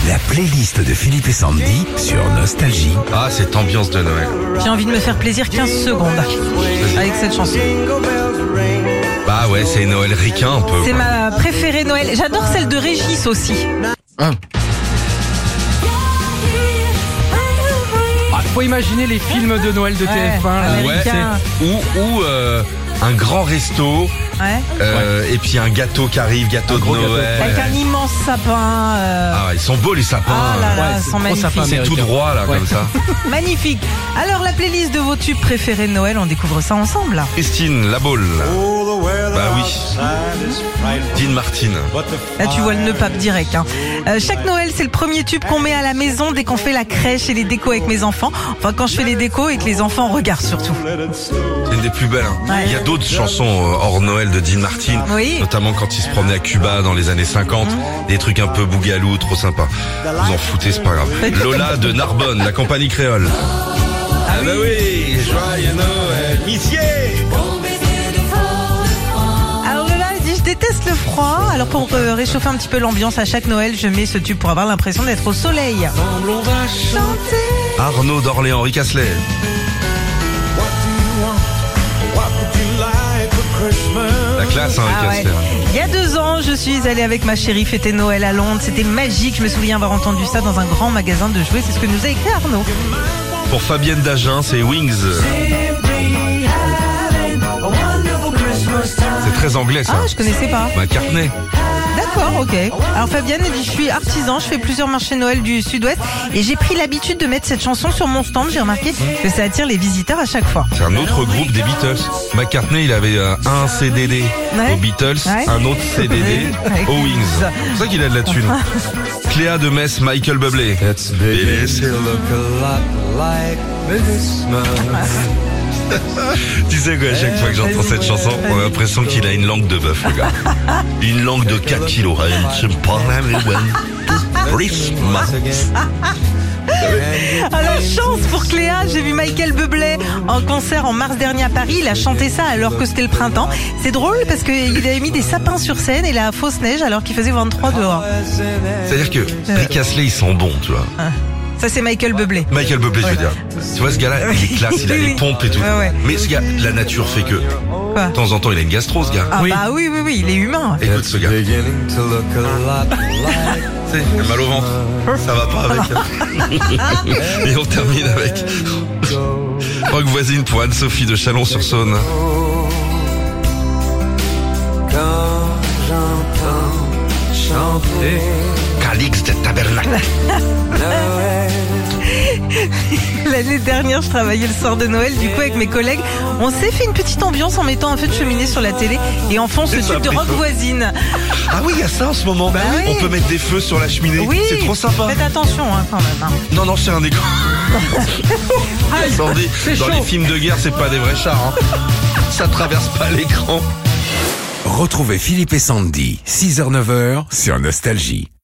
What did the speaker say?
La playlist de Philippe et Sandy sur Nostalgie. Ah, cette ambiance de Noël. J'ai envie de me faire plaisir 15 secondes avec cette chanson. Bah ouais, c'est Noël ricain un peu. C'est quoi. ma préférée Noël. J'adore celle de Régis aussi. Ah, faut imaginer les films de Noël de TF1. là. américain. Ou un grand resto. Ouais. Et puis un gâteau qui arrive, gâteau de gros gâteau. Noël. Avec un immense sapin. Ah, ils sont beaux les sapins. Ah là là, Ouais, ils c'est sont gros sapin magnifiques. C'est tout américain. droit là, Ouais. comme ça. Magnifique. Alors la playlist de vos tubes préférés de Noël, on découvre ça ensemble. Christine, la boule. Bah oui. Dean Martin. Là tu vois le nœud pape direct. Hein. Chaque Noël c'est le premier tube qu'on met à la maison dès qu'on fait la crèche et les décos avec mes enfants. Enfin quand je fais les décos et que les enfants regardent surtout. C'est une des plus belles. Hein. Ouais. Il y a d'autres chansons hors Noël de Dean Martin. Oui. Notamment quand il se promenait à Cuba dans les années 50. Des trucs un peu bougalou, trop sympa. Vous en foutez, c'est pas grave. Lola de Narbonne, la compagnie créole. Ah bah oui, joyeux Noël, Missier. Alors là il dit je déteste le froid. Alors pour réchauffer un petit peu l'ambiance à chaque Noël, je mets ce tube pour avoir l'impression d'être au soleil. On va Chanter. Arnaud d'Orléans, Rick Astley. La classe, hein, Rick Ah ouais. Astley. Il y a 2 ans, je suis allée avec ma chérie fêter Noël à Londres. C'était magique. Je me souviens avoir entendu ça dans un grand magasin de jouets. C'est ce que nous a écrit Arnaud. Pour Fabienne Dagen, c'est Wings. C'est très anglais ça. Ah, je connaissais pas. McCartney. D'accord, ok. Alors Fabienne elle dit je suis artisan, je fais plusieurs marchés Noël du Sud-Ouest et j'ai pris l'habitude de mettre cette chanson sur mon stand. J'ai remarqué que ça attire les visiteurs à chaque fois. C'est un autre groupe des Beatles. McCartney, il avait un CDD Ouais. aux Beatles, Ouais. un autre CDD Avec aux Wings. ça. C'est pour ça qu'il a de la thune. Cléa de Metz, Michael Bublé. Tu sais quoi, à chaque fois que j'entends cette chanson, on a l'impression qu'il a une langue de bœuf, le gars. Une langue de 4 kilos. Christmas. Ah la chance pour Cléa, j'ai vu Michael Bublé en concert en mars dernier à Paris. Il a chanté ça alors que c'était le printemps. C'est drôle parce qu'il avait mis des sapins sur scène et la fausse neige alors qu'il faisait 23 dehors. C'est-à-dire que Rick Astley, ils sont bons, tu vois. Ça c'est Michael Bublé. Michael Bublé, je veux dire. Tu vois, ce gars-là, il est classe, il a les pompes et tout. Ouais, ouais. Mais ce gars, la nature fait que, Quoi de temps en temps, il a une gastro, ce gars. Ah Oui. bah oui, il est humain. Écoute ce gars. Tu sais, il a mal au ventre. Ça va pas avec. Et on termine avec Rock voisine pour Anne-Sophie de Chalon-sur-Saône. Quand j'entends chanter Calix de Tabernacle. Noël, L'année dernière, je travaillais le soir de Noël. Du coup, avec mes collègues, on s'est fait une petite ambiance en mettant un feu de cheminée sur la télé et en fond ce Ça a tube de pris Rock feu. voisine. Ah oui, il y a ça en ce moment. Bah oui. On peut mettre des feux sur la cheminée. Oui, C'est trop sympa. Faites attention quand même. Hein. Non, c'est un écho. Sandy, dans les films de guerre, c'est pas des vrais chars. Hein. Ça traverse pas l'écran. Retrouvez Philippe et Sandy, 6h-9h sur Nostalgie.